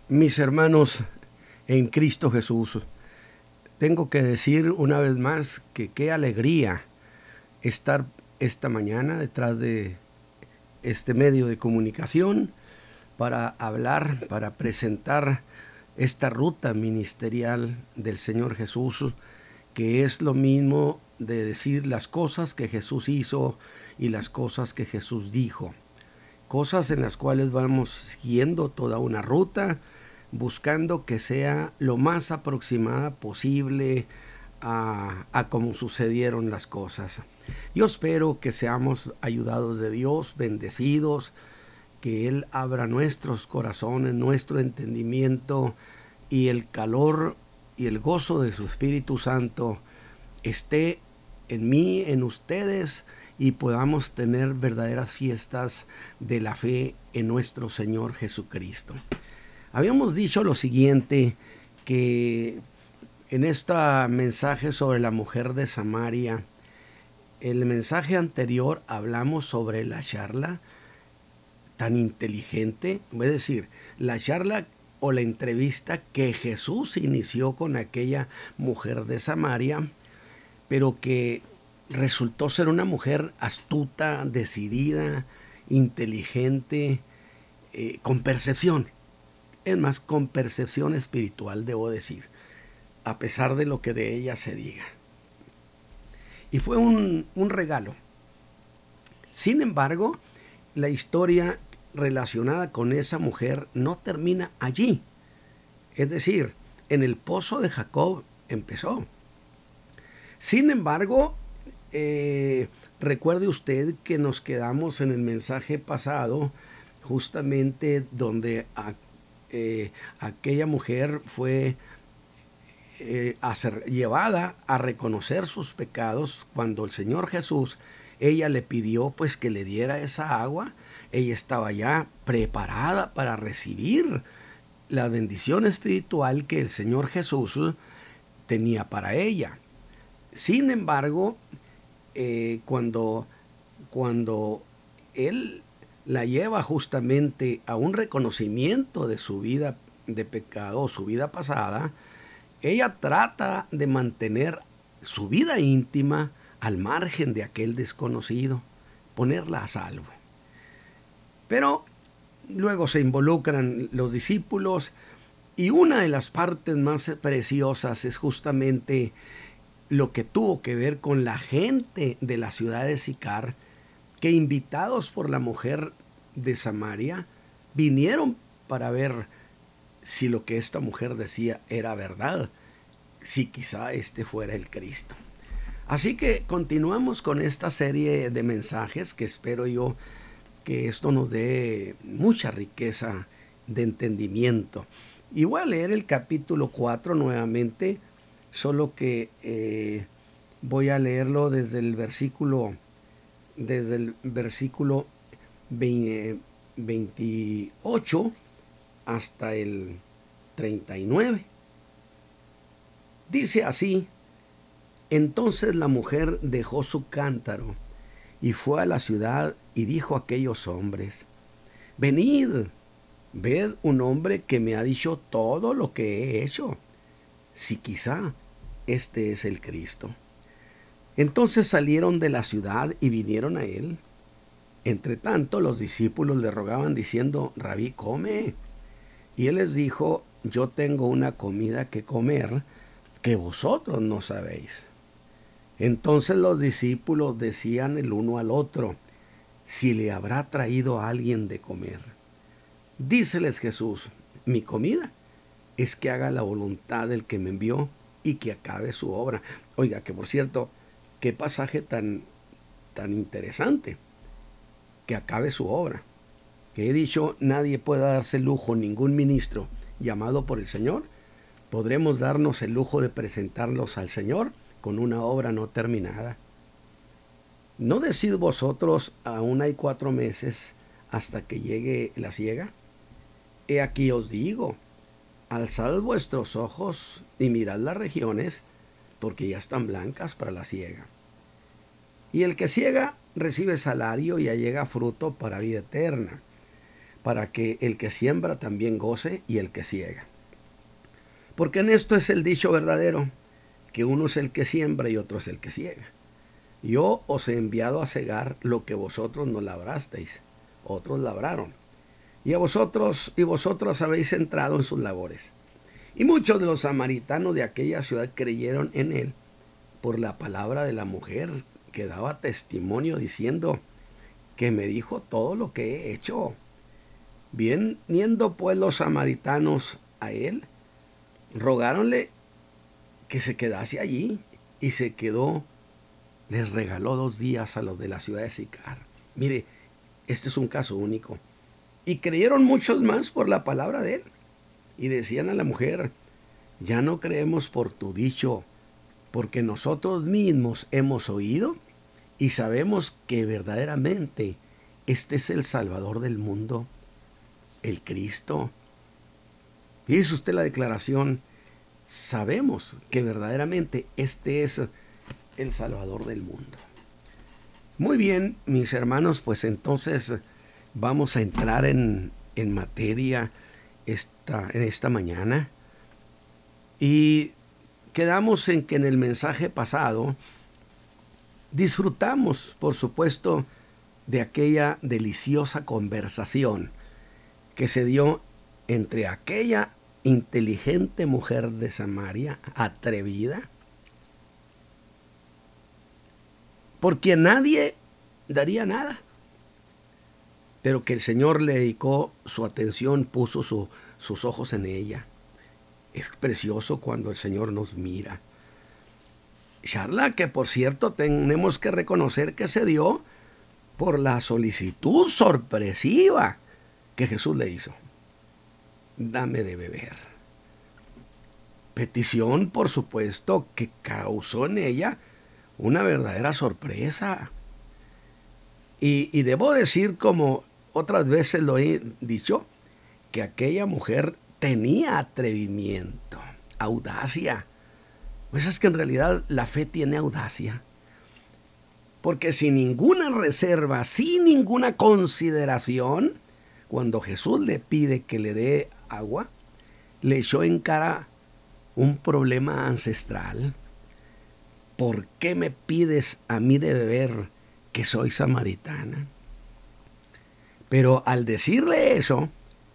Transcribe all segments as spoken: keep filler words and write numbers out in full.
Mis hermanos en Cristo Jesús, tengo que decir una vez más que qué alegría estar esta mañana detrás de este medio de comunicación para hablar, para presentar esta ruta ministerial del Señor Jesús, que es lo mismo de decir las cosas que Jesús hizo y las cosas que Jesús dijo. Cosas en las cuales vamos siguiendo toda una ruta, buscando que sea lo más aproximada posible a, a cómo sucedieron las cosas. Yo espero que seamos ayudados de Dios, bendecidos, que Él abra nuestros corazones, nuestro entendimiento, y el calor y el gozo de su Espíritu Santo esté en mí, en ustedes, y podamos tener verdaderas fiestas de la fe en nuestro Señor Jesucristo. Habíamos dicho lo siguiente, que en este mensaje sobre la mujer de Samaria, el mensaje anterior hablamos sobre la charla tan inteligente, es decir, la charla o la entrevista que Jesús inició con aquella mujer de Samaria, pero que resultó ser una mujer astuta, decidida, inteligente, eh, con percepción. Es más, con percepción espiritual, debo decir, a pesar de lo que de ella se diga. Y fue un, un regalo. Sin embargo, la historia relacionada con esa mujer no termina allí. Es decir, en el pozo de Jacob empezó. Sin embargo, eh, recuerde usted que nos quedamos en el mensaje pasado, justamente donde a, eh, aquella mujer fue eh, a ser llevada a reconocer sus pecados cuando el Señor Jesús, ella le pidió pues que le diera esa agua. Ella estaba ya preparada para recibir la bendición espiritual que el Señor Jesús tenía para ella. Sin embargo, eh, cuando, cuando Él la lleva justamente a un reconocimiento de su vida de pecado, su vida pasada, ella trata de mantener su vida íntima al margen de aquel desconocido, ponerla a salvo. Pero luego se involucran los discípulos, y una de las partes más preciosas es justamente lo que tuvo que ver con la gente de la ciudad de Sicar, que invitados por la mujer de Samaria, vinieron para ver si lo que esta mujer decía era verdad, si quizá este fuera el Cristo. Así que continuamos con esta serie de mensajes que espero yo que esto nos dé mucha riqueza de entendimiento. Y voy a leer el capítulo cuatro nuevamente, solo que eh, voy a leerlo desde el versículo, desde el versículo veintiocho hasta el treinta y nueve. Dice así: entonces la mujer dejó su cántaro y fue a la ciudad y dijo a aquellos hombres: venid, ved un hombre que me ha dicho todo lo que he hecho, si quizá este es el Cristo. Entonces salieron de la ciudad y vinieron a él. Entre tanto, los discípulos le rogaban diciendo: Rabí, come. Y él les dijo: yo tengo una comida que comer que vosotros no sabéis. Entonces los discípulos decían el uno al otro: si le habrá traído a alguien de comer. Díceles Jesús: mi comida es que haga la voluntad del que me envió y que acabe su obra. Oiga, que por cierto, qué pasaje tan, tan interesante, que acabe su obra. Que he dicho, nadie puede darse lujo, ningún ministro llamado por el Señor, podremos darnos el lujo de presentarlos al Señor con una obra no terminada. ¿No decid vosotros, aún hay cuatro meses hasta que llegue la siega? He aquí os digo, alzad vuestros ojos y mirad las regiones, porque ya están blancas para la siega. Y el que siega recibe salario y allega fruto para vida eterna, para que el que siembra también goce y el que ciega. Porque en esto es el dicho verdadero, que uno es el que siembra y otro es el que ciega. Yo os he enviado a cegar lo que vosotros no labrasteis, otros labraron. Y a vosotros y vosotros habéis entrado en sus labores. Y muchos de los samaritanos de aquella ciudad creyeron en él por la palabra de la mujer que daba testimonio diciendo que me dijo todo lo que he hecho. Viniendo pues los samaritanos a él, rogáronle que se quedase allí, y se quedó. Les regaló dos días a los de la ciudad de Sicar. Mire, este es un caso único. Y creyeron muchos más por la palabra de él. Y decían a la mujer: ya no creemos por tu dicho, porque nosotros mismos hemos oído y sabemos que verdaderamente este es el Salvador del mundo, el Cristo. Fíjese usted la declaración: sabemos que verdaderamente este es el Salvador del mundo. Muy bien, mis hermanos, pues entonces vamos a entrar en, en materia esta, en esta mañana. Y quedamos en que en el mensaje pasado disfrutamos, por supuesto, de aquella deliciosa conversación que se dio entre aquella inteligente mujer de Samaria, atrevida, por quien nadie daría nada, pero que el Señor le dedicó su atención, puso su, sus ojos en ella. Es precioso cuando el Señor nos mira. Charla que, por cierto, tenemos que reconocer que se dio por la solicitud sorpresiva que Jesús le hizo: dame de beber. Petición, por supuesto, que causó en ella una verdadera sorpresa. Y, y debo decir, como otras veces lo he dicho, que aquella mujer tenía atrevimiento, audacia. Pues es que en realidad la fe tiene audacia. Porque sin ninguna reserva, sin ninguna consideración, cuando Jesús le pide que le dé agua, le echó en cara un problema ancestral. ¿Por qué me pides a mí de beber, que soy samaritana? Pero al decirle eso,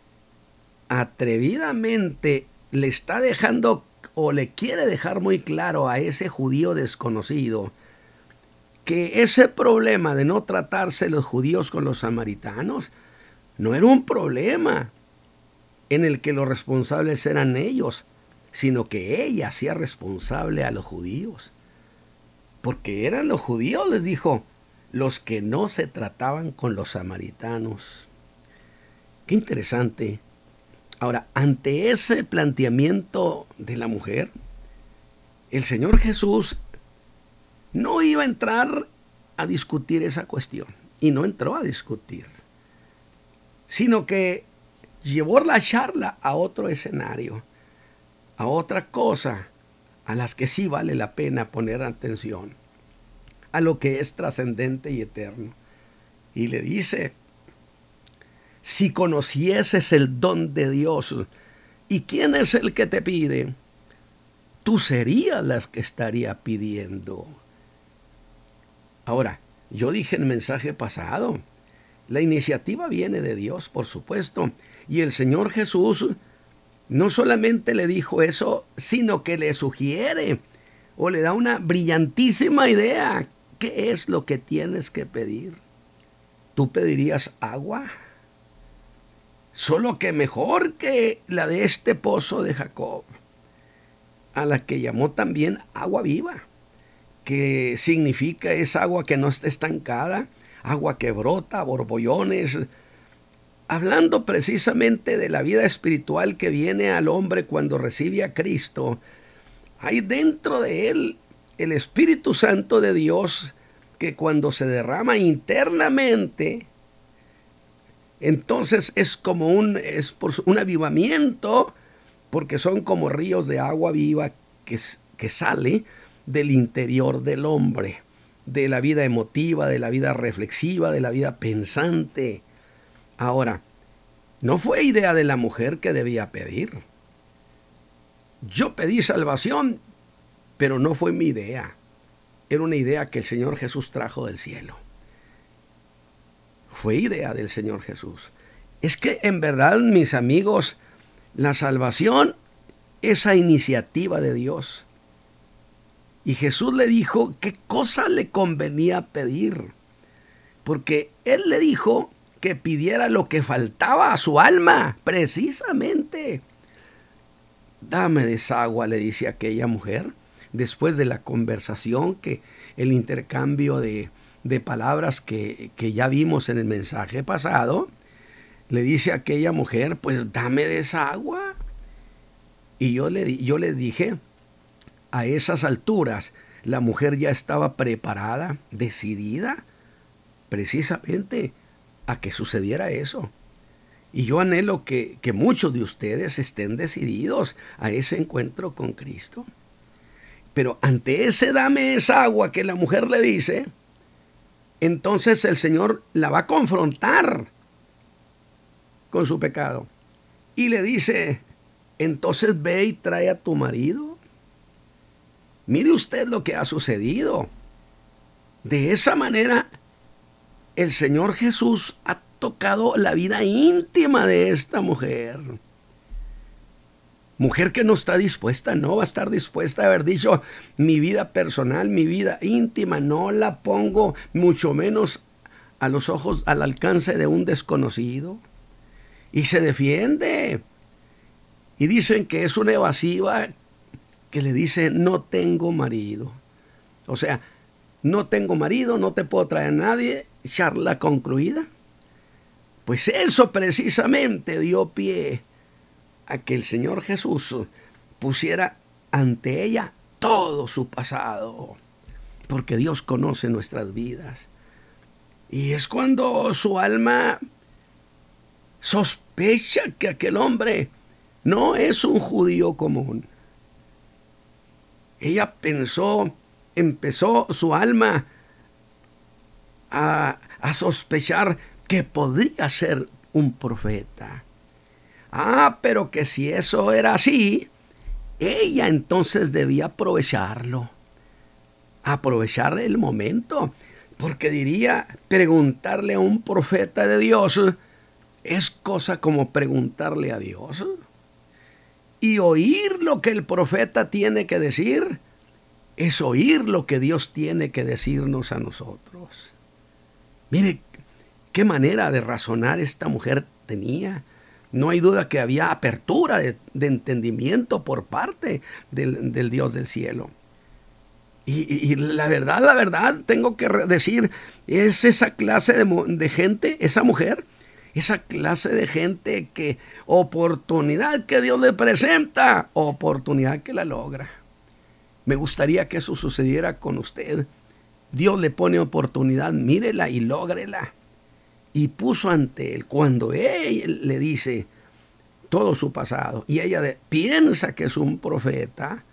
atrevidamente le está dejando, o le quiere dejar muy claro a ese judío desconocido, que ese problema de no tratarse los judíos con los samaritanos no era un problema en el que los responsables eran ellos, sino que ella hacía responsable a los judíos. Porque eran los judíos, les dijo, los que no se trataban con los samaritanos. Qué interesante. Ahora, ante ese planteamiento de la mujer, el Señor Jesús no iba a entrar a discutir esa cuestión, y no entró a discutir, sino que llevó la charla a otro escenario, a otra cosa a las que sí vale la pena poner atención, a lo que es trascendente y eterno. Y le dice: si conocieses el don de Dios y quién es el que te pide, tú serías la que estaría pidiendo. Ahora, yo dije en el mensaje pasado, la iniciativa viene de Dios, por supuesto, y el Señor Jesús no solamente le dijo eso, sino que le sugiere o le da una brillantísima idea. ¿Qué es lo que tienes que pedir? ¿Tú pedirías agua? Solo que mejor que la de este pozo de Jacob, a la que llamó también agua viva, que significa es agua que no está estancada, agua que brota, borbollones, hablando precisamente de la vida espiritual que viene al hombre cuando recibe a Cristo. Hay dentro de él el Espíritu Santo de Dios, que cuando se derrama internamente, entonces es como un, es por un avivamiento, porque son como ríos de agua viva que, que sale del interior del hombre, de la vida emotiva, de la vida reflexiva, de la vida pensante. Ahora, No fue idea de la mujer que debía pedir. Yo pedí salvación, pero no fue mi idea. Era una idea que el Señor Jesús trajo del cielo. Fue idea del Señor Jesús. Es que en verdad, mis amigos, la salvación es a iniciativa de Dios. Y Jesús le dijo qué cosa le convenía pedir. Porque Él le dijo que pidiera lo que faltaba a su alma, precisamente. Dame desagua, le dice aquella mujer, después de la conversación, que el intercambio de, de palabras que, que ya vimos en el mensaje pasado. Le dice a aquella mujer, pues dame desagua. Y yo, le, yo les dije, a esas alturas, la mujer ya estaba preparada, decidida, precisamente a que sucediera eso. Y yo anhelo que, que muchos de ustedes estén decididos a ese encuentro con Cristo. Pero ante ese dame esa agua que la mujer le dice, entonces el Señor la va a confrontar con su pecado. Y le dice, entonces ve y trae a tu marido. Mire usted lo que ha sucedido. De esa manera, el Señor Jesús ha tocado la vida íntima de esta mujer. Mujer que no está dispuesta, no va a estar dispuesta a haber dicho, mi vida personal, mi vida íntima, no la pongo mucho menos a los ojos, al alcance de un desconocido. Y se defiende. Y dicen que es una evasiva que le dice, no tengo marido. O sea, no tengo marido, no te puedo traer a nadie, charla concluida. Pues eso precisamente dio pie a que el Señor Jesús pusiera ante ella todo su pasado, porque Dios conoce nuestras vidas. Y es cuando su alma sospecha que aquel hombre no es un judío común. Ella pensó, empezó su alma a, a sospechar que podría ser un profeta. Ah, pero que si eso era así, ella entonces debía aprovecharlo, aprovechar el momento, porque diría, preguntarle a un profeta de Dios es cosa como preguntarle a Dios. Y oír lo que el profeta tiene que decir es oír lo que Dios tiene que decirnos a nosotros. Mire qué manera de razonar esta mujer tenía. No hay duda que había apertura de, de entendimiento por parte del, del Dios del cielo. Y, y, y la verdad, la verdad, tengo que decir, es esa clase de, de gente, esa mujer, esa clase de gente que oportunidad que Dios le presenta, oportunidad que la logra. Me gustaría que eso sucediera con usted. Dios le pone oportunidad, mírela y lógrela. Y puso ante él, cuando él le dice todo su pasado, y ella de, piensa que es un profeta,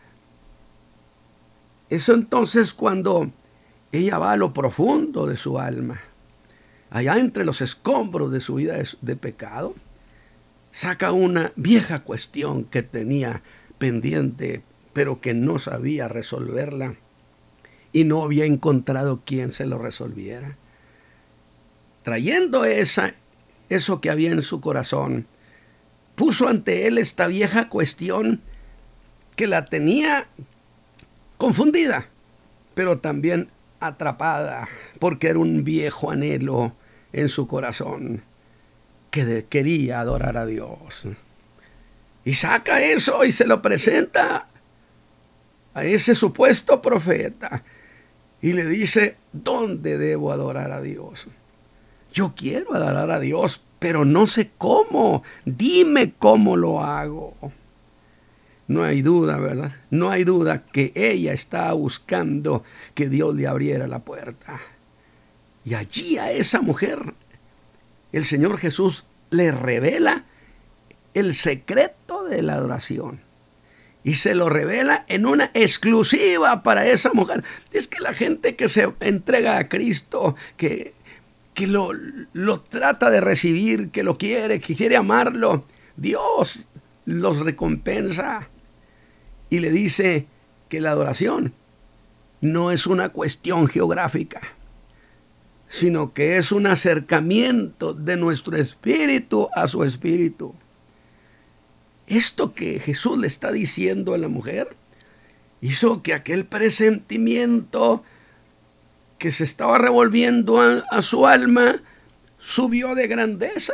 eso entonces cuando ella va a lo profundo de su alma, allá entre los escombros de su vida de, de pecado, saca una vieja cuestión que tenía pendiente, pero que no sabía resolverla, y no había encontrado quien se lo resolviera. Trayendo esa, eso que había en su corazón, puso ante él esta vieja cuestión que la tenía confundida, pero también atrapada, porque era un viejo anhelo en su corazón que de, quería adorar a Dios. Y saca eso y se lo presenta a ese supuesto profeta y le dice, ¿dónde debo adorar a Dios? Yo quiero adorar a Dios, pero no sé cómo. Dime cómo lo hago. No hay duda, ¿verdad? No hay duda que ella estaba buscando que Dios le abriera la puerta. Y allí a esa mujer, el Señor Jesús le revela el secreto de la adoración. Y se lo revela en una exclusiva para esa mujer. Es que la gente que se entrega a Cristo, que que lo, lo trata de recibir, que lo quiere, que quiere amarlo, Dios los recompensa y le dice que la adoración no es una cuestión geográfica, sino que es un acercamiento de nuestro espíritu a su espíritu. Esto que Jesús le está diciendo a la mujer hizo que aquel presentimiento que se estaba revolviendo a, a su alma subió de grandeza.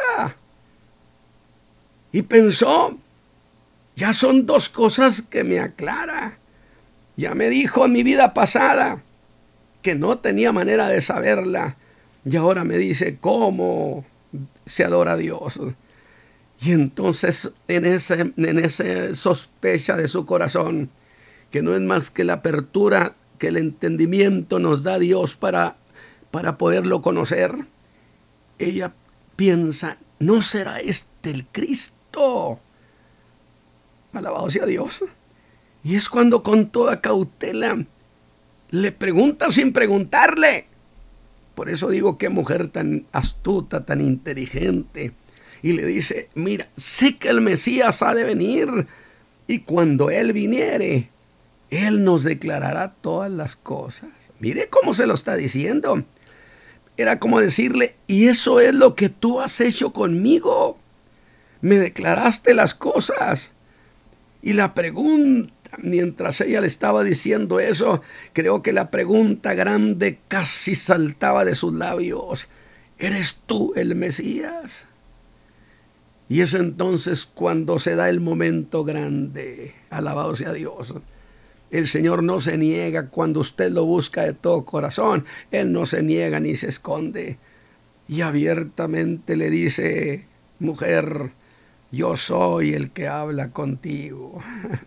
Y pensó, ya son dos cosas que me aclara. Ya me dijo en mi vida pasada que no tenía manera de saberla. Y ahora me dice cómo se adora a Dios. Y entonces en esa en ese sospecha de su corazón, que no es más que la apertura que el entendimiento nos da Dios para, para poderlo conocer, ella piensa, ¿no será este el Cristo? Alabado sea Dios. Y es cuando con toda cautela le pregunta sin preguntarle. Por eso digo, qué mujer tan astuta, tan inteligente. Y le dice, mira, sé que el Mesías ha de venir, y cuando Él viniere, Él nos declarará todas las cosas. Mire cómo se lo está diciendo. Era como decirle, y eso es lo que tú has hecho conmigo. Me declaraste las cosas. Y la pregunta, mientras ella le estaba diciendo eso, creo que la pregunta grande casi saltaba de sus labios. ¿Eres tú el Mesías? Y es entonces cuando se da el momento grande. Alabado sea Dios. El Señor no se niega cuando usted lo busca de todo corazón. Él no se niega ni se esconde. Y abiertamente le dice, mujer, yo soy el que habla contigo.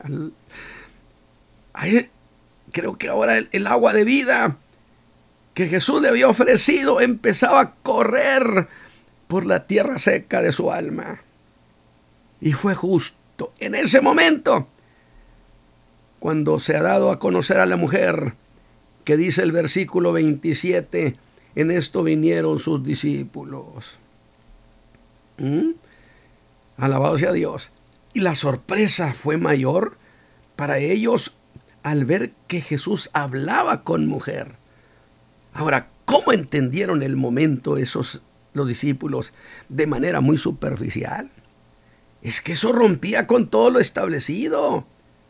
Ay, creo que ahora el, el agua de vida que Jesús le había ofrecido empezaba a correr por la tierra seca de su alma. Y fue justo en ese momento cuando se ha dado a conocer a la mujer, que dice el versículo veintisiete, en esto vinieron sus discípulos. ¿Mm? Alabado sea Dios. Y la sorpresa fue mayor para ellos al ver que Jesús hablaba con mujer. Ahora, ¿cómo entendieron el momento esos los discípulos? De manera muy superficial. Es que eso rompía con todo lo establecido.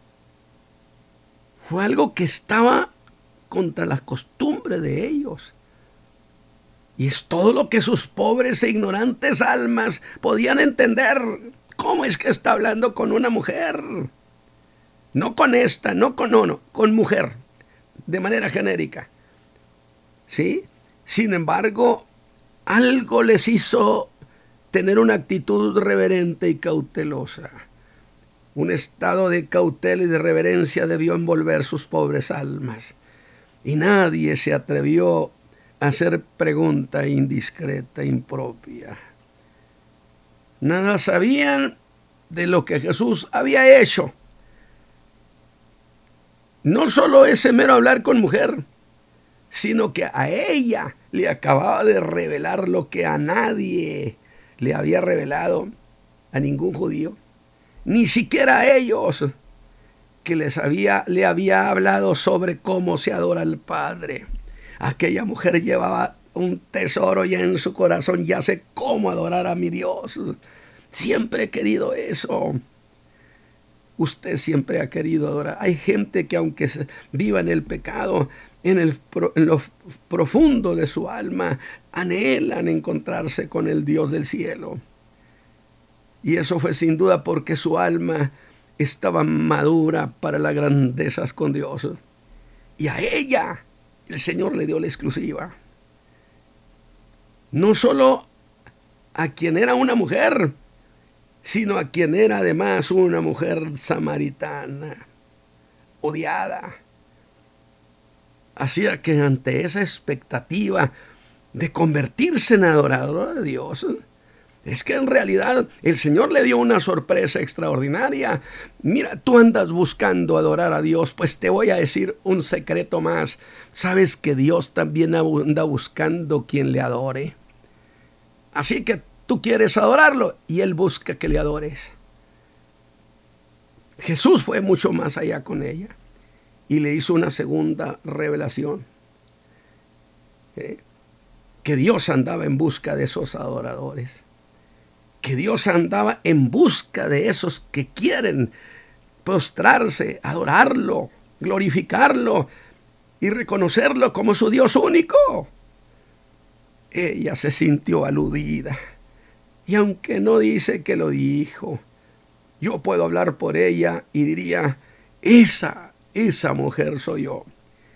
Fue algo que estaba contra las costumbres de ellos. Y es todo lo que sus pobres e ignorantes almas podían entender. ¿Cómo es que está hablando con una mujer? No con esta, no con no, no, con mujer, de manera genérica. ¿Sí? Sin embargo, algo les hizo tener una actitud reverente y cautelosa. Un estado de cautela y de reverencia debió envolver sus pobres almas. Y nadie se atrevió a hacer pregunta indiscreta, impropia. Nada sabían de lo que Jesús había hecho. No solo ese mero hablar con mujer, sino que a ella le acababa de revelar lo que a nadie le había revelado, a ningún judío, ni siquiera a ellos, que les había, le había hablado sobre cómo se adora al Padre. Aquella mujer llevaba un tesoro ya en su corazón, ya sé cómo adorar a mi Dios. Siempre he querido eso. Usted siempre ha querido adorar. Hay gente que aunque viva en el pecado, en, el, en lo profundo de su alma, anhelan encontrarse con el Dios del cielo. Y eso fue sin duda porque su alma estaba madura para las grandezas con Dios. Y a ella el Señor le dio la exclusiva. No solo a quien era una mujer, sino a quien era además una mujer samaritana, odiada. Hacía que ante esa expectativa de convertirse en adoradora de Dios, es que en realidad el Señor le dio una sorpresa extraordinaria. Mira, tú andas buscando adorar a Dios, pues te voy a decir un secreto más. ¿Sabes que Dios también anda buscando quien le adore? Así que tú quieres adorarlo y Él busca que le adores. Jesús fue mucho más allá con ella y le hizo una segunda revelación. ¿Eh? Que Dios andaba en busca de esos adoradores. Que Dios andaba en busca de esos que quieren postrarse, adorarlo, glorificarlo y reconocerlo como su Dios único. Ella se sintió aludida. Y aunque no dice que lo dijo, yo puedo hablar por ella y diría, esa, esa mujer soy yo.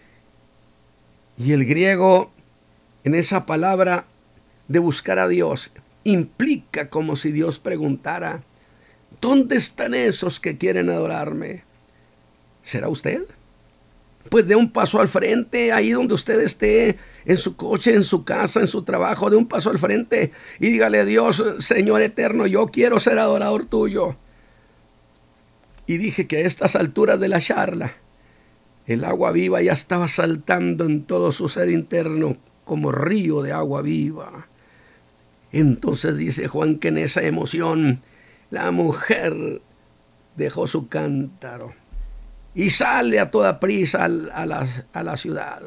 Y el griego, en esa palabra de buscar a Dios, implica como si Dios preguntara, ¿dónde están esos que quieren adorarme? ¿Será usted? Pues de un paso al frente, ahí donde usted esté, en su coche, en su casa, en su trabajo, de un paso al frente y dígale a Dios, Señor eterno, yo quiero ser adorador tuyo. Y dije que a estas alturas de la charla, el agua viva ya estaba saltando en todo su ser interno como río de agua viva. Entonces dice Juan que en esa emoción la mujer dejó su cántaro y sale a toda prisa a la, a la ciudad.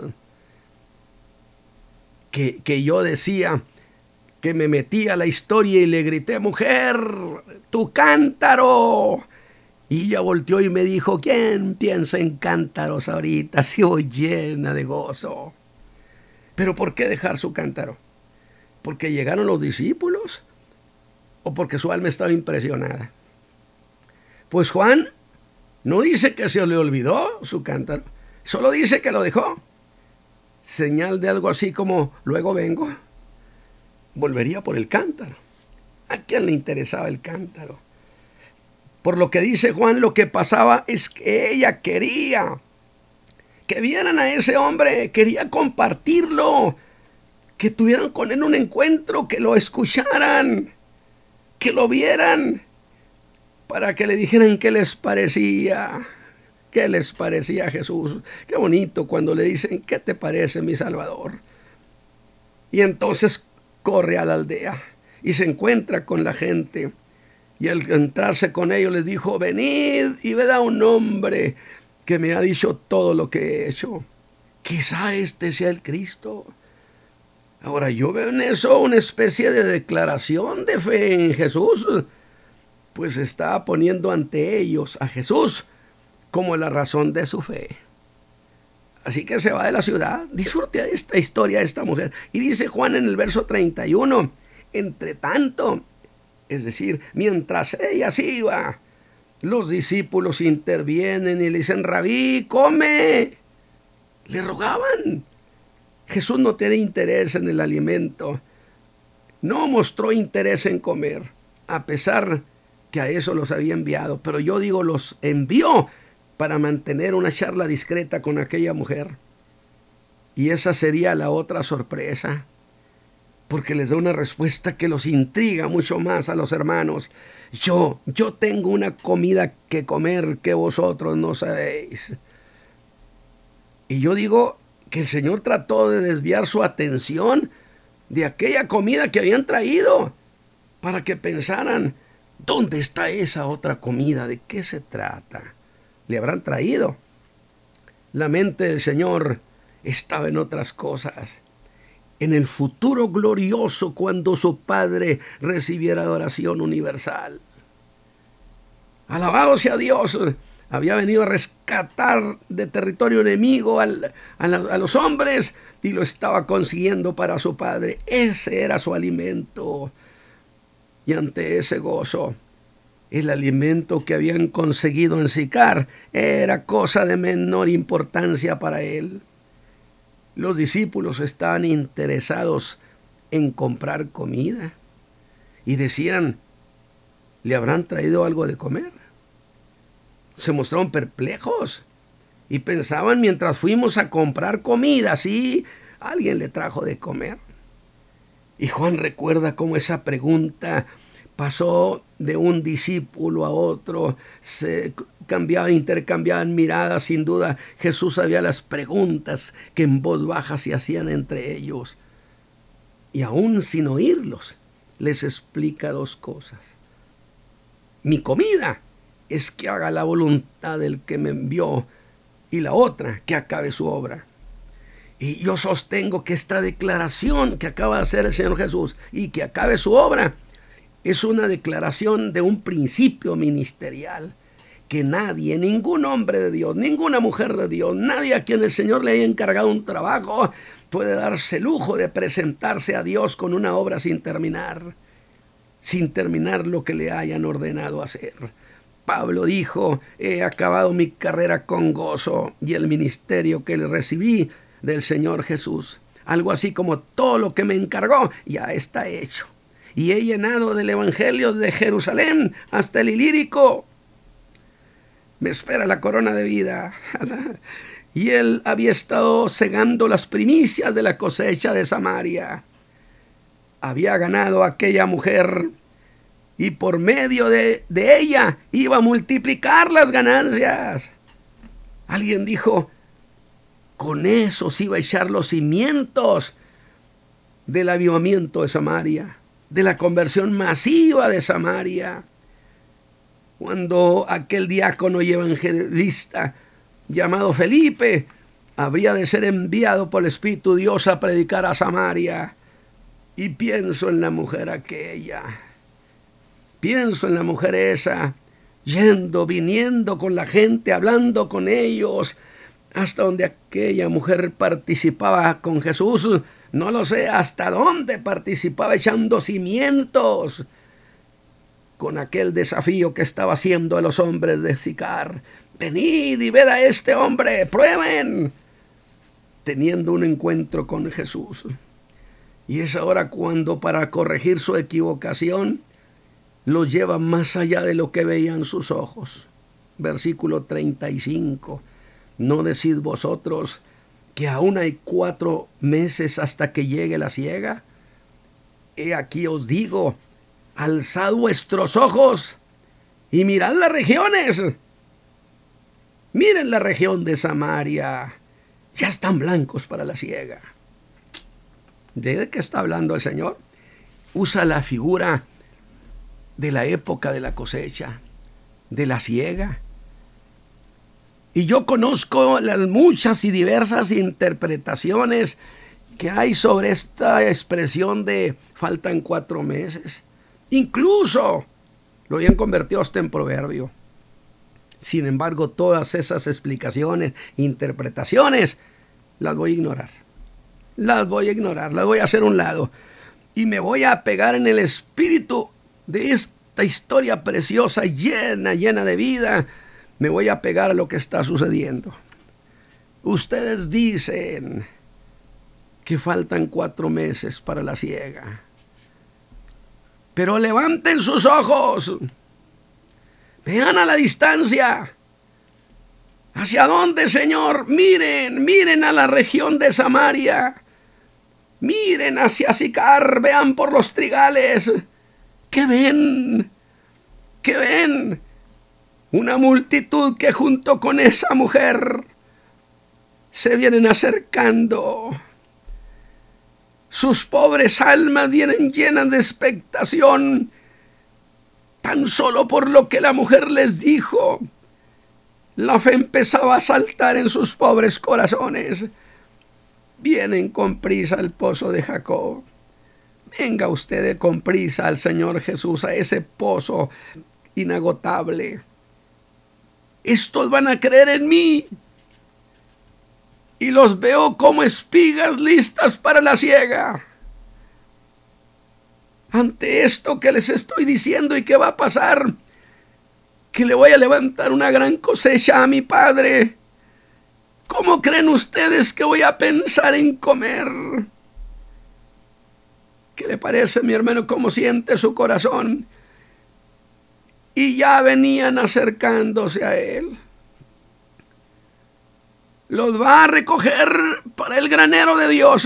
Que, que yo decía que me metí a la historia y le grité, mujer, tu cántaro. Y ella volteó y me dijo, ¿quién piensa en cántaros ahorita? Si voy llena de gozo. ¿Pero por qué dejar su cántaro? ¿Porque llegaron los discípulos? ¿O porque su alma estaba impresionada? Pues Juan no dice que se le olvidó su cántaro, solo dice que lo dejó. Señal de algo así como, luego vengo. Volvería por el cántaro. ¿A quién le interesaba el cántaro? Por lo que dice Juan, lo que pasaba es que ella quería que vieran a ese hombre, quería compartirlo, que tuvieran con él un encuentro, que lo escucharan, que lo vieran, para que le dijeran qué les parecía, qué les parecía a Jesús. Qué bonito cuando le dicen, ¿qué te parece, mi Salvador? Y entonces corre a la aldea y se encuentra con la gente. Y al entrarse con ellos les dijo, venid y ved a un hombre que me ha dicho todo lo que he hecho. Quizá este sea el Cristo. Ahora yo veo en eso una especie de declaración de fe en Jesús, pues está poniendo ante ellos a Jesús como la razón de su fe. Así que se va de la ciudad, disfrute de esta historia de esta mujer. Y dice Juan en el verso treinta y uno, entre tanto, es decir, mientras ella se iba, los discípulos intervienen y le dicen, Rabí, come. Le rogaban. Jesús no tiene interés en el alimento. No mostró interés en comer, a pesar que a eso los había enviado. Pero yo digo, los envió para mantener una charla discreta con aquella mujer. Y esa sería la otra sorpresa, porque les da una respuesta que los intriga mucho más a los hermanos. Yo, yo tengo una comida que comer que vosotros no sabéis. Y yo digo que el Señor trató de desviar su atención de aquella comida que habían traído, para que pensaran, ¿dónde está esa otra comida? ¿De qué se trata? ¿Le habrán traído? La mente del Señor estaba en otras cosas, en el futuro glorioso cuando su Padre recibiera adoración universal. Alabado sea Dios, había venido a rescatar de territorio enemigo al, a, la, a los hombres y lo estaba consiguiendo para su Padre. Ese era su alimento. Y ante ese gozo, el alimento que habían conseguido en Sicar era cosa de menor importancia para él. Los discípulos estaban interesados en comprar comida y decían, ¿le habrán traído algo de comer? Se mostraron perplejos y pensaban, mientras fuimos a comprar comida, sí, alguien le trajo de comer. Y Juan recuerda cómo esa pregunta pasó de un discípulo a otro, se cambiaban, intercambiaban miradas. Sin duda Jesús sabía las preguntas que en voz baja se hacían entre ellos. Y aún sin oírlos, les explica dos cosas. Mi comida es que haga la voluntad del que me envió, y la otra, que acabe su obra. Y yo sostengo que esta declaración que acaba de hacer el Señor Jesús, y que acabe su obra, es una declaración de un principio ministerial, que nadie, ningún hombre de Dios, ninguna mujer de Dios, nadie a quien el Señor le haya encargado un trabajo, puede darse el lujo de presentarse a Dios con una obra sin terminar, sin terminar lo que le hayan ordenado hacer. Pablo dijo: he acabado mi carrera con gozo y el ministerio que le recibí del Señor Jesús. Algo así como todo lo que me encargó ya está hecho. Y he llenado del evangelio de Jerusalén hasta el Ilírico. Me espera la corona de vida. Y él había estado segando las primicias de la cosecha de Samaria. Había ganado a aquella mujer y por medio de, de ella iba a multiplicar las ganancias. Alguien dijo: con eso se iba a echar los cimientos del avivamiento de Samaria, de la conversión masiva de Samaria. Cuando aquel diácono y evangelista llamado Felipe habría de ser enviado por el Espíritu Dios a predicar a Samaria. Y pienso en la mujer aquella, pienso en la mujer esa, yendo, viniendo con la gente, hablando con ellos, hasta donde aquella mujer participaba con Jesús. No lo sé hasta dónde participaba, echando cimientos con aquel desafío que estaba haciendo a los hombres de Sicar. Venid y ved a este hombre, prueben, teniendo un encuentro con Jesús. Y es ahora cuando, para corregir su equivocación, los lleva más allá de lo que veían sus ojos. Versículo treinta y cinco. ¿No decid vosotros que aún hay cuatro meses hasta que llegue la siega? He aquí os digo, alzad vuestros ojos y mirad las regiones. Miren la región de Samaria, ya están blancos para la siega. ¿De qué está hablando el Señor? Usa la figura de la época de la cosecha, de la siega. Y yo conozco las muchas y diversas interpretaciones que hay sobre esta expresión de faltan cuatro meses. Incluso lo habían convertido hasta en proverbio. Sin embargo, todas esas explicaciones, interpretaciones, las voy a ignorar. Las voy a ignorar, las voy a hacer a un lado. Y me voy a pegar en el espíritu de esta historia preciosa, llena, llena de vida. Me voy a pegar a lo que está sucediendo. Ustedes dicen que faltan cuatro meses para la siega. Pero levanten sus ojos. Vean a la distancia. ¿Hacia dónde, Señor? Miren, miren a la región de Samaria. Miren hacia Sicar, vean por los trigales. ¿Qué ven? ¿Qué ven? Una multitud que junto con esa mujer se vienen acercando. Sus pobres almas vienen llenas de expectación, tan solo por lo que la mujer les dijo. La fe empezaba a saltar en sus pobres corazones. Vienen con prisa al pozo de Jacob. Venga usted con prisa al Señor Jesús, a ese pozo inagotable. Estos van a creer en mí. Y los veo como espigas listas para la siega. Ante esto que les estoy diciendo y que va a pasar, que le voy a levantar una gran cosecha a mi Padre, ¿cómo creen ustedes que voy a pensar en comer? ¿Qué le parece, mi hermano, cómo siente su corazón? Y ya venían acercándose a él. Los va a recoger para el granero de Dios.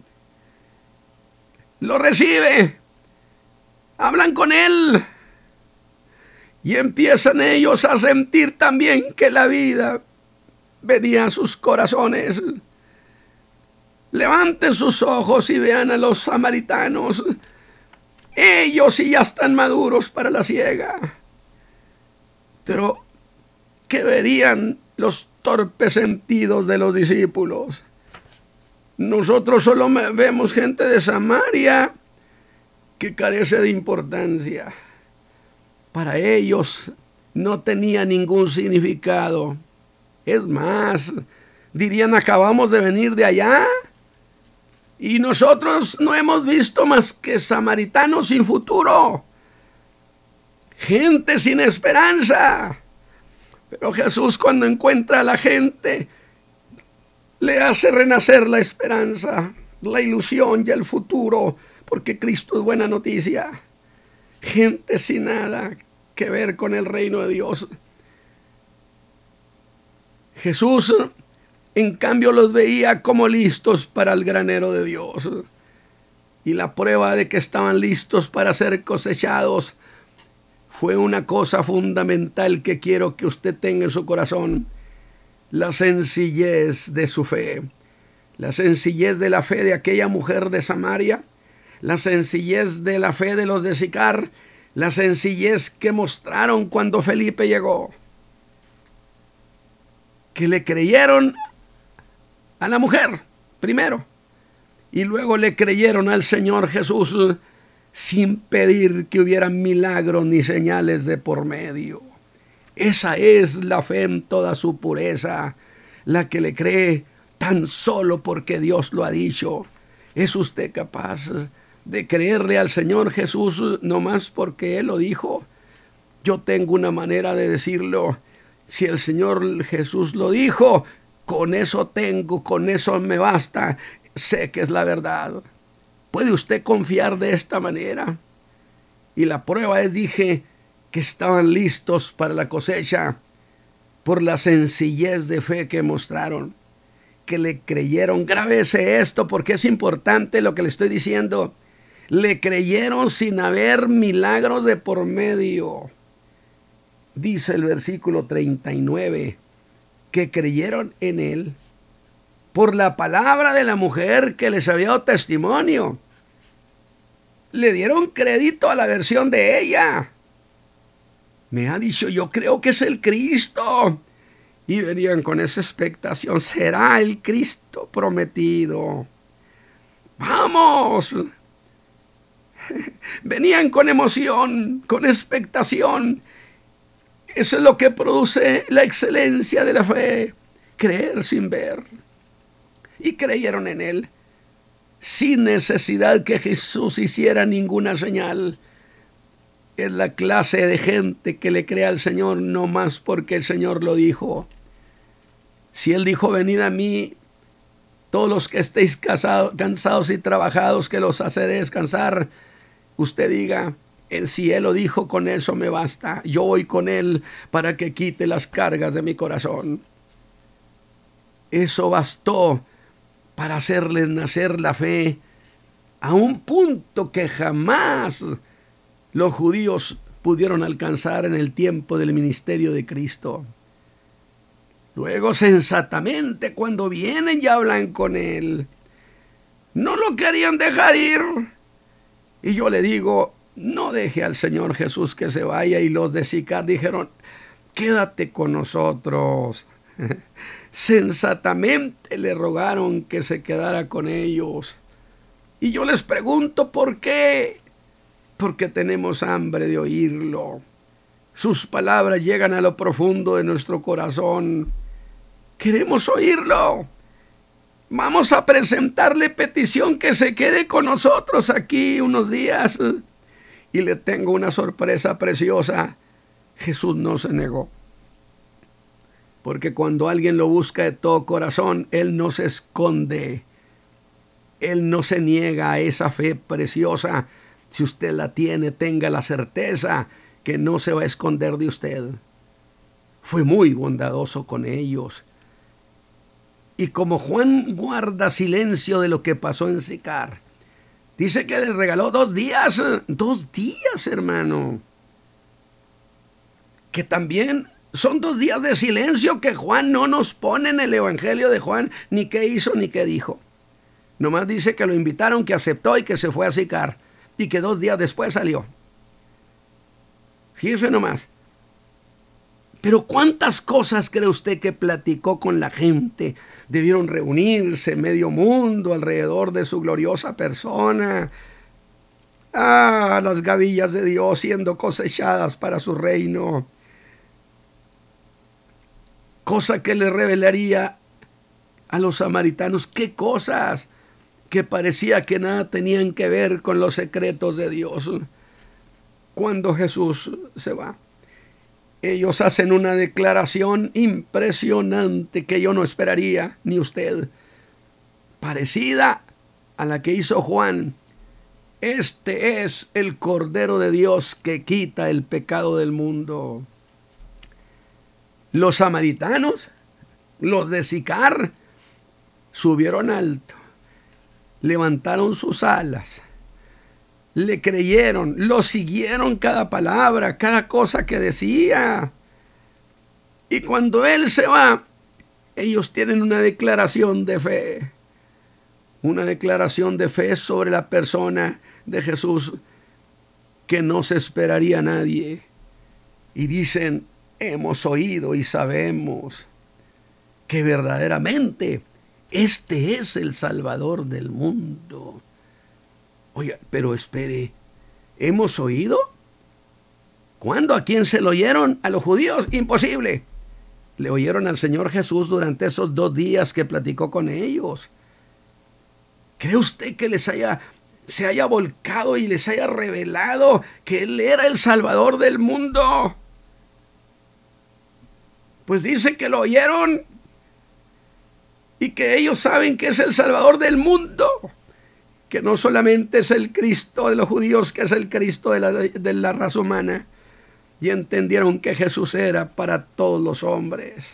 Lo recibe. Hablan con él. Y empiezan ellos a sentir también que la vida venía a sus corazones. Levanten sus ojos y vean a los samaritanos. Ellos sí ya están maduros para la siega. Pero, ¿qué verían los torpes sentidos de los discípulos? Nosotros solo vemos gente de Samaria que carece de importancia. Para ellos no tenía ningún significado. Es más, dirían, acabamos de venir de allá y nosotros no hemos visto más que samaritanos sin futuro, gente sin esperanza. Pero Jesús, cuando encuentra a la gente, le hace renacer la esperanza, la ilusión y el futuro, porque Cristo es buena noticia. Gente sin nada que ver con el reino de Dios. Jesús, en cambio, los veía como listos para el granero de Dios. Y la prueba de que estaban listos para ser cosechados fue una cosa fundamental que quiero que usted tenga en su corazón: la sencillez de su fe, la sencillez de la fe de aquella mujer de Samaria, la sencillez de la fe de los de Sicar, la sencillez que mostraron cuando Felipe llegó, que le creyeron a la mujer primero y luego le creyeron al Señor Jesús sin pedir que hubiera milagros ni señales de por medio. Esa es la fe en toda su pureza, la que le cree tan solo porque Dios lo ha dicho. ¿Es usted capaz de creerle al Señor Jesús nomás porque Él lo dijo? Yo tengo una manera de decirlo: si el Señor Jesús lo dijo, con eso tengo, con eso me basta, sé que es la verdad. ¿Puede usted confiar de esta manera? Y la prueba es, dije, que estaban listos para la cosecha por la sencillez de fe que mostraron, que le creyeron. Grábese esto porque es importante lo que le estoy diciendo. Le creyeron sin haber milagros de por medio. Dice el versículo treinta y nueve, que creyeron en Él por la palabra de la mujer que les había dado testimonio. Le dieron crédito a la versión de ella. Me ha dicho, yo creo que es el Cristo. Y venían con esa expectación: será el Cristo prometido. ¡Vamos! Venían con emoción, con expectación. Eso es lo que produce la excelencia de la fe: creer sin ver. Y creyeron en Él sin necesidad que Jesús hiciera ninguna señal. Es la clase de gente que le cree al Señor no más porque el Señor lo dijo. Si Él dijo: venid a mí, todos los que estéis cansados, cansados y trabajados, que los haré descansar, usted diga: si Él lo dijo, con eso me basta. Yo voy con Él para que quite las cargas de mi corazón. Eso bastó para hacerles nacer la fe a un punto que jamás los judíos pudieron alcanzar en el tiempo del ministerio de Cristo. Luego, sensatamente, cuando vienen y hablan con Él, no lo querían dejar ir. Y yo le digo: no deje al Señor Jesús que se vaya. Y los de Sicar dijeron: quédate con nosotros. Sensatamente le rogaron que se quedara con ellos. Y yo les pregunto: ¿por qué? Porque tenemos hambre de oírlo. Sus palabras llegan a lo profundo de nuestro corazón. Queremos oírlo. Vamos a presentarle petición que se quede con nosotros aquí unos días. Y le tengo una sorpresa preciosa: Jesús no se negó. Porque cuando alguien lo busca de todo corazón, Él no se esconde. Él no se niega a esa fe preciosa. Si usted la tiene, tenga la certeza que no se va a esconder de usted. Fue muy bondadoso con ellos. Y como Juan guarda silencio de lo que pasó en Sicar, dice que les regaló dos días. Dos días, hermano. Que también son dos días de silencio que Juan no nos pone en el Evangelio de Juan, ni qué hizo ni qué dijo. Nomás dice que lo invitaron, que aceptó y que se fue a Sicar. y que dos días después salió. Fíjese nomás. Pero ¿cuántas cosas cree usted que platicó con la gente? Debieron reunirse medio mundo alrededor de su gloriosa persona. Ah, las gavillas de Dios siendo cosechadas para su reino. Cosa que le revelaría a los samaritanos. ¿Qué cosas? Que parecía que nada tenían que ver con los secretos de Dios. Cuando Jesús se va, ellos hacen una declaración impresionante que yo no esperaría, ni usted, parecida a la que hizo Juan. Este es el Cordero de Dios que quita el pecado del mundo. Los samaritanos, los de Sicar, subieron alto, levantaron sus alas, le creyeron, lo siguieron cada palabra, cada cosa que decía. Y cuando él se va, ellos tienen una declaración de fe, una declaración de fe sobre la persona de Jesús que no se esperaría a nadie. Y dicen, hemos oído y sabemos que verdaderamente este es el Salvador del mundo. Oiga, pero espere, ¿hemos oído? ¿Cuándo? ¿A quién se lo oyeron? ¿A los judíos? Imposible. Le oyeron al Señor Jesús durante esos dos días que platicó con ellos. ¿Cree usted que les haya, se haya volcado y les haya revelado que Él era el Salvador del mundo? Pues dice que lo oyeron y que ellos saben que es el Salvador del mundo, que no solamente es el Cristo de los judíos, que es el Cristo de la, de la raza humana, y entendieron que Jesús era para todos los hombres.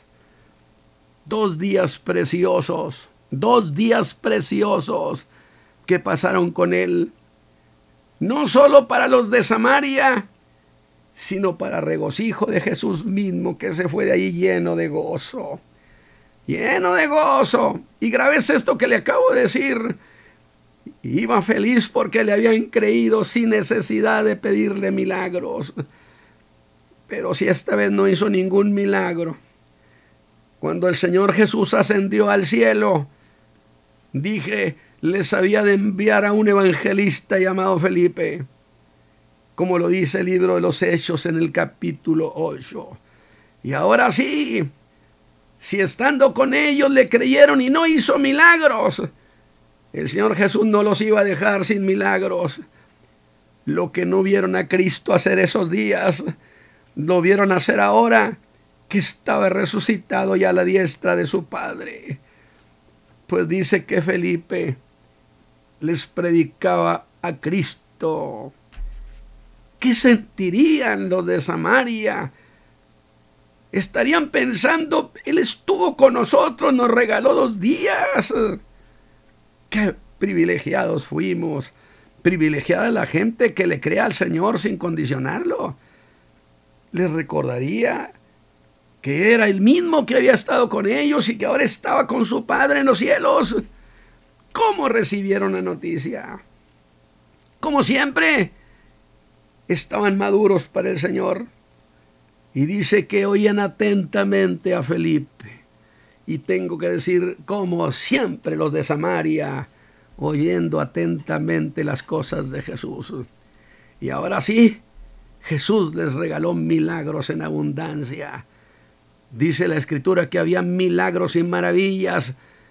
Dos días preciosos, dos días preciosos que pasaron con Él, no solo para los de Samaria, sino para regocijo de Jesús mismo, que se fue de ahí lleno de gozo, lleno de gozo. Y grabes esto que le acabo de decir. Iba feliz porque le habían creído sin necesidad de pedirle milagros. Pero si esta vez no hizo ningún milagro, cuando el Señor Jesús ascendió al cielo, dije, les había de enviar a un evangelista llamado Felipe, como lo dice el libro de los Hechos en el capítulo ocho. Y ahora sí, si estando con ellos le creyeron y no hizo milagros, el Señor Jesús no los iba a dejar sin milagros. Lo que no vieron a Cristo hacer esos días, lo vieron hacer ahora que estaba resucitado ya a la diestra de su Padre. Pues dice que Felipe les predicaba a Cristo. ¿Qué sentirían los de Samaria? Estarían pensando, Él estuvo con nosotros, nos regaló dos días. ¡Qué privilegiados fuimos! Privilegiada la gente que le crea al Señor sin condicionarlo. Les recordaría que era el mismo que había estado con ellos y que ahora estaba con su Padre en los cielos. ¿Cómo recibieron la noticia? Como siempre, estaban maduros para el Señor. Y dice que oían atentamente a Felipe. Y tengo que decir, como siempre los de Samaria, oyendo atentamente las cosas de Jesús. Y ahora sí, Jesús les regaló milagros en abundancia. Dice la Escritura que había milagros y maravillas,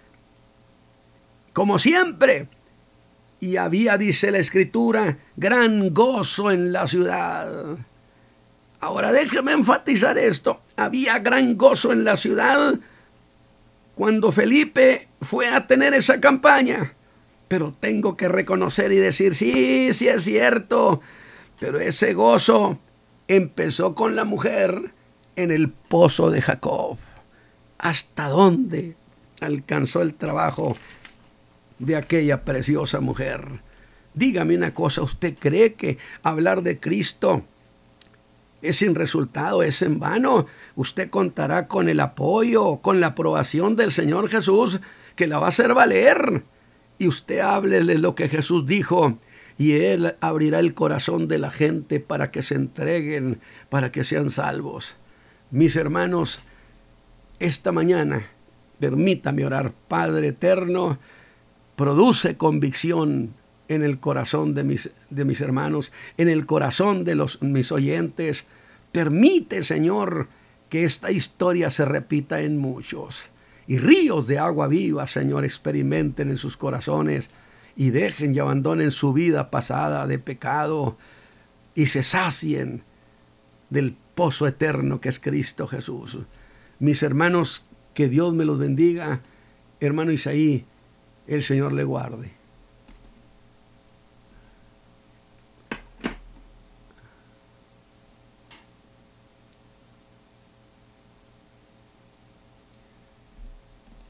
como siempre. Y había, dice la Escritura, gran gozo en la ciudad. Ahora déjeme enfatizar esto. Había gran gozo en la ciudad cuando Felipe fue a tener esa campaña. Pero tengo que reconocer y decir, sí, sí es cierto. Pero ese gozo empezó con la mujer en el pozo de Jacob. ¿Hasta dónde alcanzó el trabajo de aquella preciosa mujer? Dígame una cosa, ¿usted cree que hablar de Cristo es sin resultado, es en vano? Usted contará con el apoyo, con la aprobación del Señor Jesús, que la va a hacer valer. Y usted háblele lo que Jesús dijo: y Él abrirá el corazón de la gente para que se entreguen, para que sean salvos. Mis hermanos, esta mañana, permítame orar. Padre eterno, produce convicción en el corazón de mis, de mis hermanos, en el corazón de los, mis oyentes. Permite, Señor, que esta historia se repita en muchos. Y ríos de agua viva, Señor, experimenten en sus corazones y dejen y abandonen su vida pasada de pecado y se sacien del pozo eterno que es Cristo Jesús. Mis hermanos, que Dios me los bendiga. Hermano Isaí, el Señor le guarde.